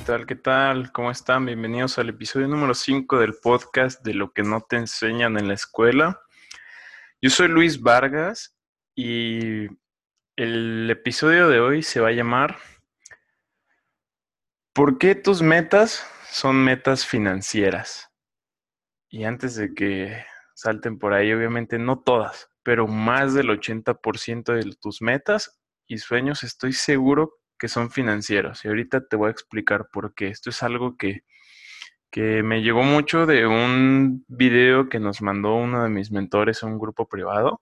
tal? ¿Qué tal? ¿Cómo están? Bienvenidos al episodio número 5 del podcast de lo que no te enseñan en la escuela. Yo soy Luis Vargas y el episodio de hoy se va a llamar ¿Por qué tus metas son metas financieras? Y antes de que salten por ahí, obviamente no todas, pero más del 80% de tus metas y sueños estoy seguro que son financieros. Y ahorita te voy a explicar por qué. Esto es algo que me llegó mucho de un video que nos mandó uno de mis mentores a un grupo privado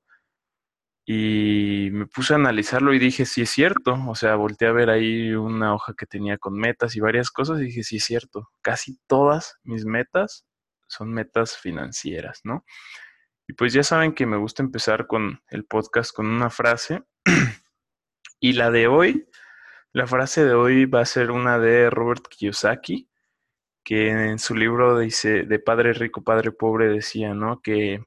y me puse a analizarlo y dije, sí es cierto, o sea, volteé a ver ahí una hoja que tenía con metas y varias cosas y dije, sí es cierto, casi todas mis metas son metas financieras, ¿no? Y pues ya saben que me gusta empezar con el podcast con una frase y la frase de hoy va a ser una de Robert Kiyosaki que en su libro dice, de Padre Rico, Padre Pobre, decía, ¿no? Que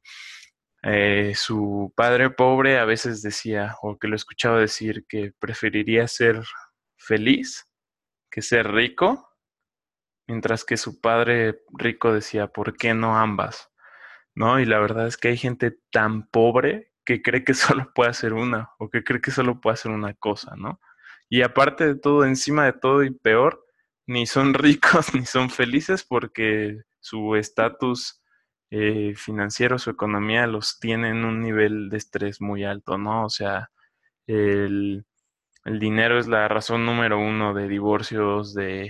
su padre pobre a veces decía, o que lo escuchaba decir, que preferiría ser feliz que ser rico, mientras que su padre rico decía, ¿por qué no ambas? ¿No? Y la verdad es que hay gente tan pobre que cree que solo puede hacer una, o que cree que solo puede hacer una cosa, ¿no? Y aparte de todo, encima de todo y peor, ni son ricos ni son felices porque su estatus financiero, su economía los tiene en un nivel de estrés muy alto, ¿no? O sea, el, el dinero es la razón número uno de divorcios,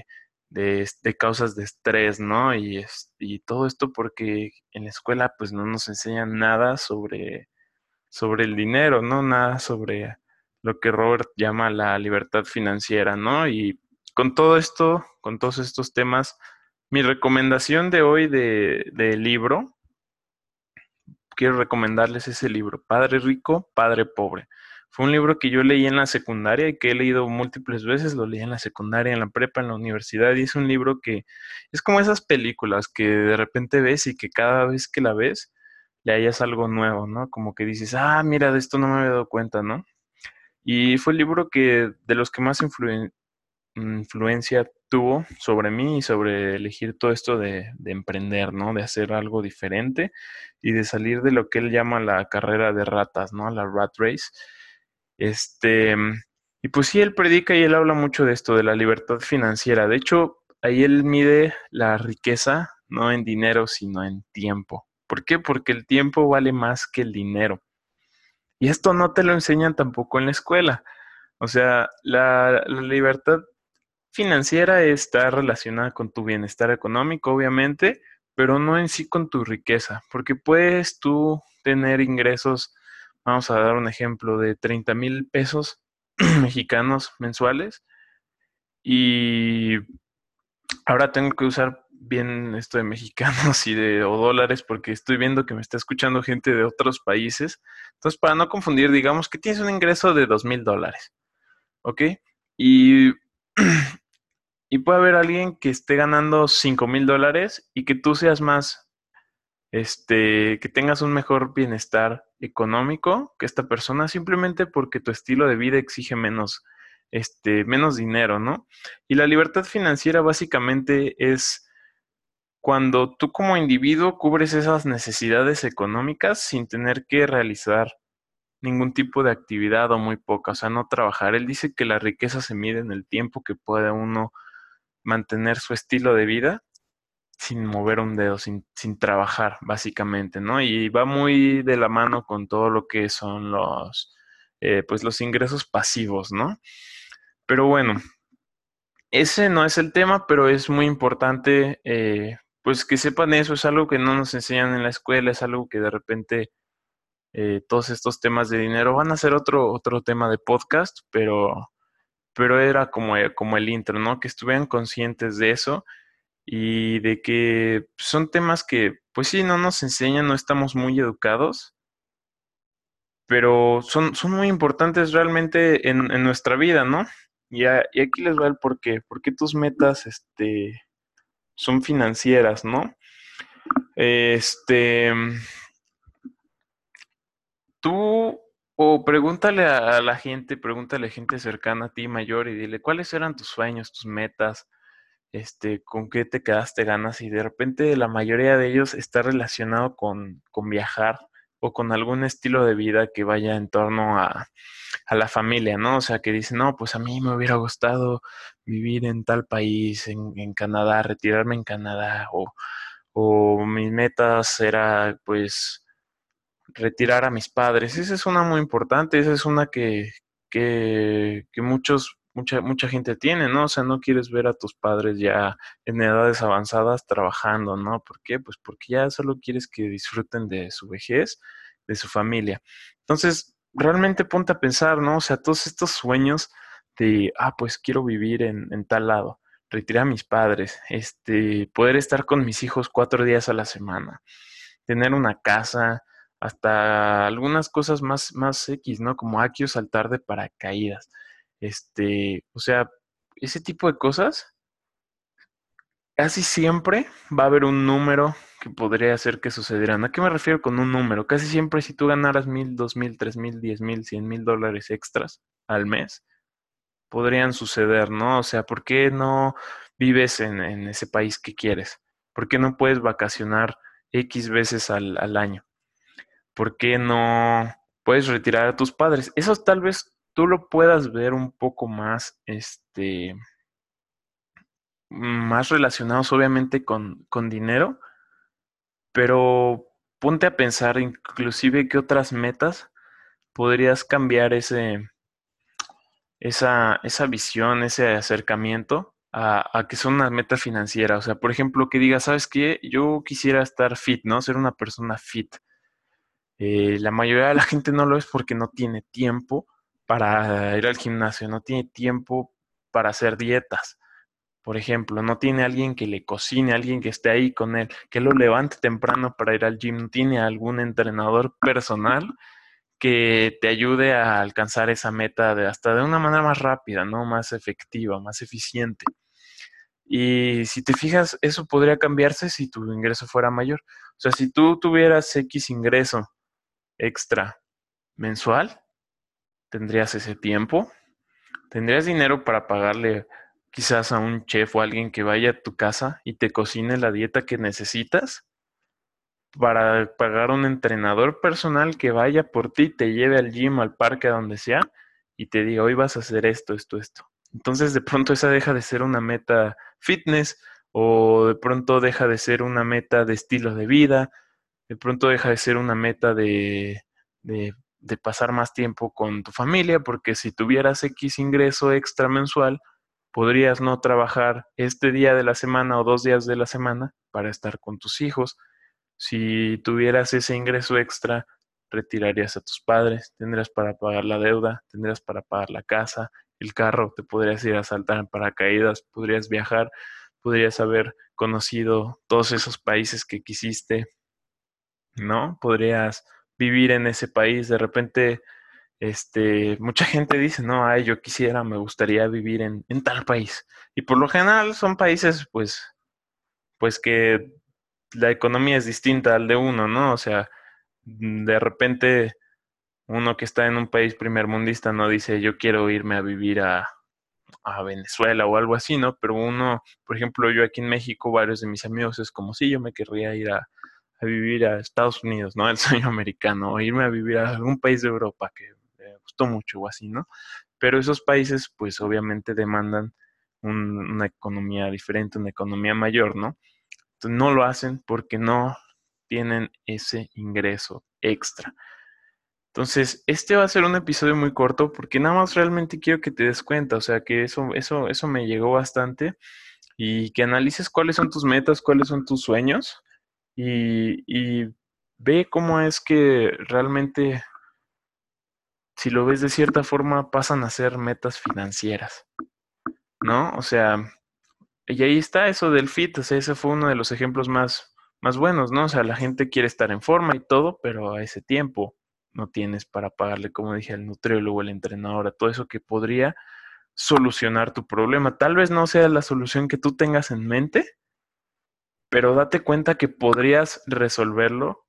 de causas de estrés, ¿no? Y todo esto porque en la escuela pues no nos enseñan nada sobre el dinero, ¿no? Nada sobre lo que Robert llama la libertad financiera, ¿no? Y con todo esto, con todos estos temas, mi recomendación de hoy de libro, quiero recomendarles ese libro, Padre Rico, Padre Pobre. Fue un libro que yo leí en la secundaria y que he leído múltiples veces, lo leí en la secundaria, en la prepa, en la universidad, y es un libro que es como esas películas que de repente ves y que cada vez que la ves le hallas algo nuevo, ¿no? Como que dices, ah, mira, de esto no me había dado cuenta, ¿no? Y fue el libro que de los que más influencia tuvo sobre mí y sobre elegir todo esto de emprender, ¿no? De hacer algo diferente y de salir de lo que él llama la carrera de ratas, ¿no? La rat race. Este, y pues sí, él predica y él habla mucho de esto, de la libertad financiera. De hecho, ahí él mide la riqueza no en dinero, sino en tiempo. ¿Por qué? Porque el tiempo vale más que el dinero. Y esto no te lo enseñan tampoco en la escuela. O sea, la libertad financiera está relacionada con tu bienestar económico, obviamente, pero no en sí con tu riqueza, porque puedes tú tener ingresos, vamos a dar un ejemplo, de 30,000 pesos mexicanos mensuales y ahora tengo que usar bien esto de mexicanos y de o dólares porque estoy viendo que me está escuchando gente de otros países. Entonces, para no confundir, digamos que tienes un ingreso de $2,000, ¿ok? Y Y puede haber alguien que esté ganando $5,000 y que tú seas más, que tengas un mejor bienestar económico que esta persona simplemente porque tu estilo de vida exige menos, menos dinero, ¿no? Y la libertad financiera básicamente es cuando tú como individuo cubres esas necesidades económicas sin tener que realizar ningún tipo de actividad o muy poca, o sea, no trabajar. Él dice que la riqueza se mide en el tiempo que puede uno mantener su estilo de vida sin mover un dedo, sin trabajar, básicamente, ¿no? Y va muy de la mano con todo lo que son pues los ingresos pasivos, ¿no? Pero bueno, ese no es el tema, pero es muy importante, pues que sepan eso, es algo que no nos enseñan en la escuela, es algo que de repente todos estos temas de dinero van a ser otro tema de podcast, pero era como el intro, ¿no? Que estuvieran conscientes de eso y de que son temas que, pues sí, no nos enseñan, no estamos muy educados, pero son muy importantes realmente en nuestra vida, ¿no? Y aquí les va el por qué. ¿Por qué tus metas, son financieras, ¿no? Este, tú, o pregúntale a la gente, pregúntale a gente cercana a ti mayor y dile, ¿cuáles eran tus sueños, tus metas? con qué te quedaste ganas y de repente la mayoría de ellos está relacionado con viajar o con algún estilo de vida que vaya en torno a la familia, ¿no? O sea, que dicen, no, pues a mí me hubiera gustado vivir en tal país, en Canadá, retirarme en Canadá, o mis metas era, pues, retirar a mis padres. Esa es una muy importante, esa es una que mucha gente tiene, ¿no? O sea, no quieres ver a tus padres ya en edades avanzadas trabajando, ¿no? ¿Por qué? Pues porque ya solo quieres que disfruten de su vejez, de su familia. Entonces, realmente ponte a pensar, ¿no? O sea, todos estos sueños de, pues quiero vivir en tal lado, retirar a mis padres, poder estar con mis hijos 4 días a la semana, tener una casa, hasta algunas cosas más X, ¿no? Como aquí o saltar de paracaídas. O sea, ese tipo de cosas, casi siempre va a haber un número que podría hacer que sucedieran. ¿A qué me refiero con un número? Casi siempre si tú ganaras 1,000, 2,000, 3,000, 10,000, 100,000 dólares extras al mes, podrían suceder, ¿no? O sea, ¿por qué no vives en ese país que quieres? ¿Por qué no puedes vacacionar X veces al año? ¿Por qué no puedes retirar a tus padres? Eso tal vez tú lo puedas ver un poco más, más relacionados obviamente con dinero, pero ponte a pensar inclusive qué otras metas podrías cambiar esa visión, ese acercamiento a que son una meta financiera. O sea, por ejemplo, que digas, ¿sabes qué? Yo quisiera estar fit, ¿no? Ser una persona fit. La mayoría de la gente no lo es porque no tiene tiempo para ir al gimnasio, no tiene tiempo para hacer dietas. Por ejemplo, no tiene alguien que le cocine, alguien que esté ahí con él, que lo levante temprano para ir al gym, no tiene algún entrenador personal que te ayude a alcanzar esa meta hasta de una manera más rápida, ¿no? Más efectiva, más eficiente. Y si te fijas, eso podría cambiarse si tu ingreso fuera mayor. O sea, si tú tuvieras X ingreso extra mensual, tendrías ese tiempo, tendrías dinero para pagarle quizás a un chef o alguien que vaya a tu casa y te cocine la dieta que necesitas, para pagar un entrenador personal que vaya por ti, te lleve al gym, al parque, a donde sea, y te diga, hoy vas a hacer esto, esto, esto. Entonces de pronto esa deja de ser una meta fitness o de pronto deja de ser una meta de estilo de vida, de pronto deja de ser una meta de pasar más tiempo con tu familia, porque si tuvieras X ingreso extra mensual, podrías no trabajar este día de la semana o 2 días de la semana para estar con tus hijos. Si tuvieras ese ingreso extra, retirarías a tus padres, tendrías para pagar la deuda, tendrías para pagar la casa, el carro, te podrías ir a saltar en paracaídas, podrías viajar, podrías haber conocido todos esos países que quisiste, ¿no? Podrías vivir en ese país. De repente, mucha gente dice, no, ay, yo quisiera, me gustaría vivir en tal país. Y por lo general son países, pues que la economía es distinta al de uno, ¿no? O sea, de repente uno que está en un país primermundista no dice, yo quiero irme a vivir a Venezuela o algo así, ¿no? Pero uno, por ejemplo, yo aquí en México, varios de mis amigos es como si yo me querría ir a vivir a Estados Unidos, ¿no? El sueño americano, o irme a vivir a algún país de Europa que me gustó mucho o así, ¿no? Pero esos países, pues obviamente demandan una economía diferente, una economía mayor, ¿no? Entonces, no lo hacen porque no tienen ese ingreso extra. Entonces, este va a ser un episodio muy corto porque nada más realmente quiero que te des cuenta, o sea, que eso me llegó bastante y que analices cuáles son tus metas, cuáles son tus sueños y ve cómo es que realmente, si lo ves de cierta forma, pasan a ser metas financieras, ¿no? O sea, y ahí está eso del fit, o sea, ese fue uno de los ejemplos más buenos, ¿no? O sea, la gente quiere estar en forma y todo, pero a ese tiempo no tienes para pagarle, como dije, al nutriólogo, al entrenador, a todo eso que podría solucionar tu problema. Tal vez no sea la solución que tú tengas en mente, pero date cuenta que podrías resolverlo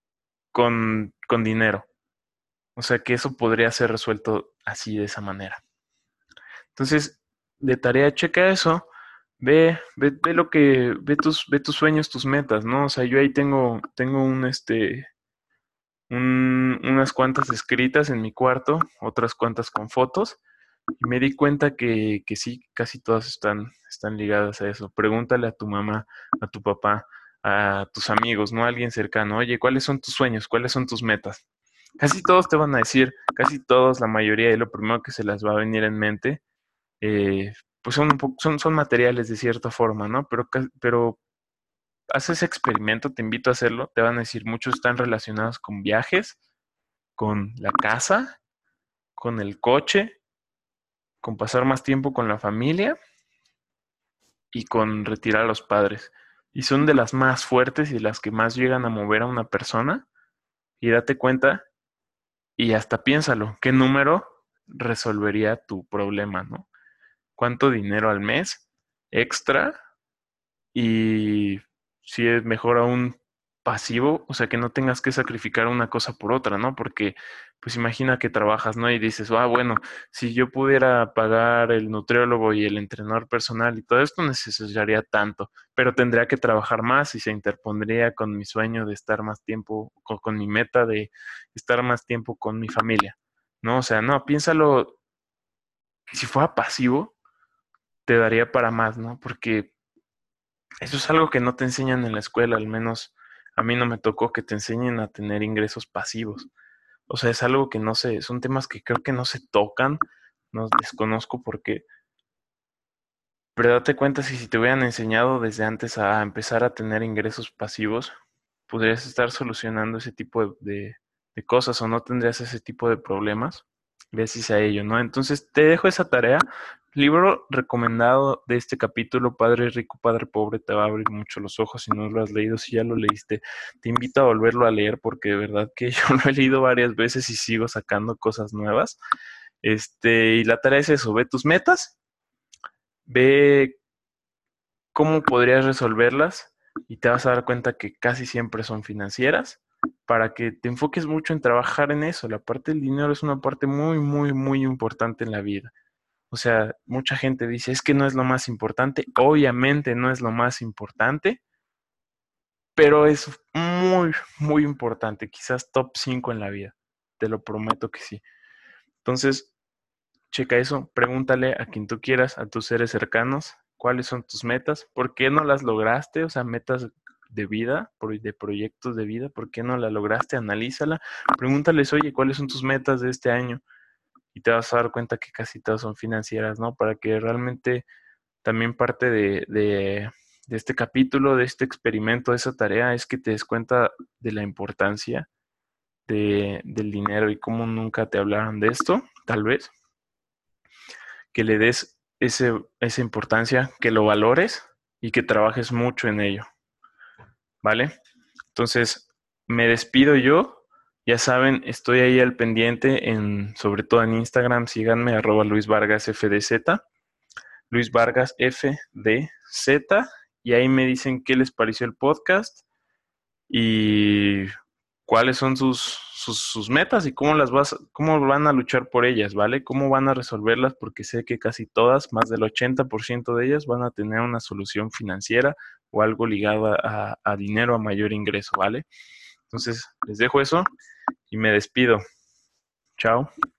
con dinero. O sea, que eso podría ser resuelto así, de esa manera. Entonces, de tarea checa eso, ve tus sueños, tus metas, ¿no? O sea, yo ahí tengo unas cuantas escritas en mi cuarto, otras cuantas con fotos, y me di cuenta que sí, casi todas están ligadas a eso. Pregúntale a tu mamá, a tu papá, a tus amigos, ¿no? A alguien cercano, oye, ¿cuáles son tus sueños? ¿Cuáles son tus metas? Casi todos te van a decir, casi todos, la mayoría, y lo primero que se las va a venir en mente, eh, pues son materiales de cierta forma, ¿no? Pero haz ese experimento, te invito a hacerlo, te van a decir, muchos están relacionados con viajes, con la casa, con el coche, con pasar más tiempo con la familia y con retirar a los padres. Y son de las más fuertes y las que más llegan a mover a una persona. Y date cuenta y hasta piénsalo, ¿qué número resolvería tu problema, ¿no? ¿Cuánto dinero al mes extra? Y si es mejor aún pasivo, o sea, que no tengas que sacrificar una cosa por otra, ¿no? Porque, pues imagina que trabajas, ¿no? Y dices, ah, bueno, si yo pudiera pagar el nutriólogo y el entrenador personal y todo esto, necesitaría tanto, pero tendría que trabajar más y se interpondría con mi sueño de estar más tiempo, con mi meta de estar más tiempo con mi familia, ¿no? O sea, no, piénsalo, si fuera pasivo, te daría para más, ¿no? Porque eso es algo que no te enseñan en la escuela, al menos a mí no me tocó que te enseñen a tener ingresos pasivos. O sea, es algo que no sé, son temas que creo que no se tocan, no desconozco por qué, pero date cuenta si te hubieran enseñado desde antes a empezar a tener ingresos pasivos, podrías estar solucionando ese tipo de cosas o no tendrías ese tipo de problemas gracias a ello, ¿no? Entonces te dejo esa tarea. Libro recomendado de este capítulo, Padre Rico, Padre Pobre, te va a abrir mucho los ojos si no lo has leído. Si ya lo leíste, te invito a volverlo a leer porque de verdad que yo lo he leído varias veces y sigo sacando cosas nuevas. Y la tarea es eso, ve tus metas, ve cómo podrías resolverlas y te vas a dar cuenta que casi siempre son financieras para que te enfoques mucho en trabajar en eso. La parte del dinero es una parte muy, muy, muy importante en la vida. O sea, mucha gente dice, es que no es lo más importante. Obviamente no es lo más importante, pero es muy, muy importante. Quizás top 5 en la vida. Te lo prometo que sí. Entonces, checa eso, pregúntale a quien tú quieras, a tus seres cercanos, cuáles son tus metas, por qué no las lograste, o sea, metas de vida, de proyectos de vida, por qué no la lograste, analízala, pregúntales, oye, ¿cuáles son tus metas de este año? Y te vas a dar cuenta que casi todas son financieras, ¿no? Para que realmente también parte de este capítulo, de este experimento, de esa tarea, es que te des cuenta de la importancia del dinero y cómo nunca te hablaron de esto, tal vez que le des esa importancia, que lo valores y que trabajes mucho en ello, ¿vale? Entonces, me despido yo. Ya saben, estoy ahí al pendiente, sobre todo en Instagram, síganme, @LuisVargasFDZ, Luis Vargas FDZ, y ahí me dicen qué les pareció el podcast y cuáles son sus metas y cómo van a luchar por ellas, ¿vale? Cómo van a resolverlas, porque sé que casi todas, más del 80% de ellas, van a tener una solución financiera o algo ligado a dinero, a mayor ingreso, ¿vale? Entonces, les dejo eso y me despido. Chao.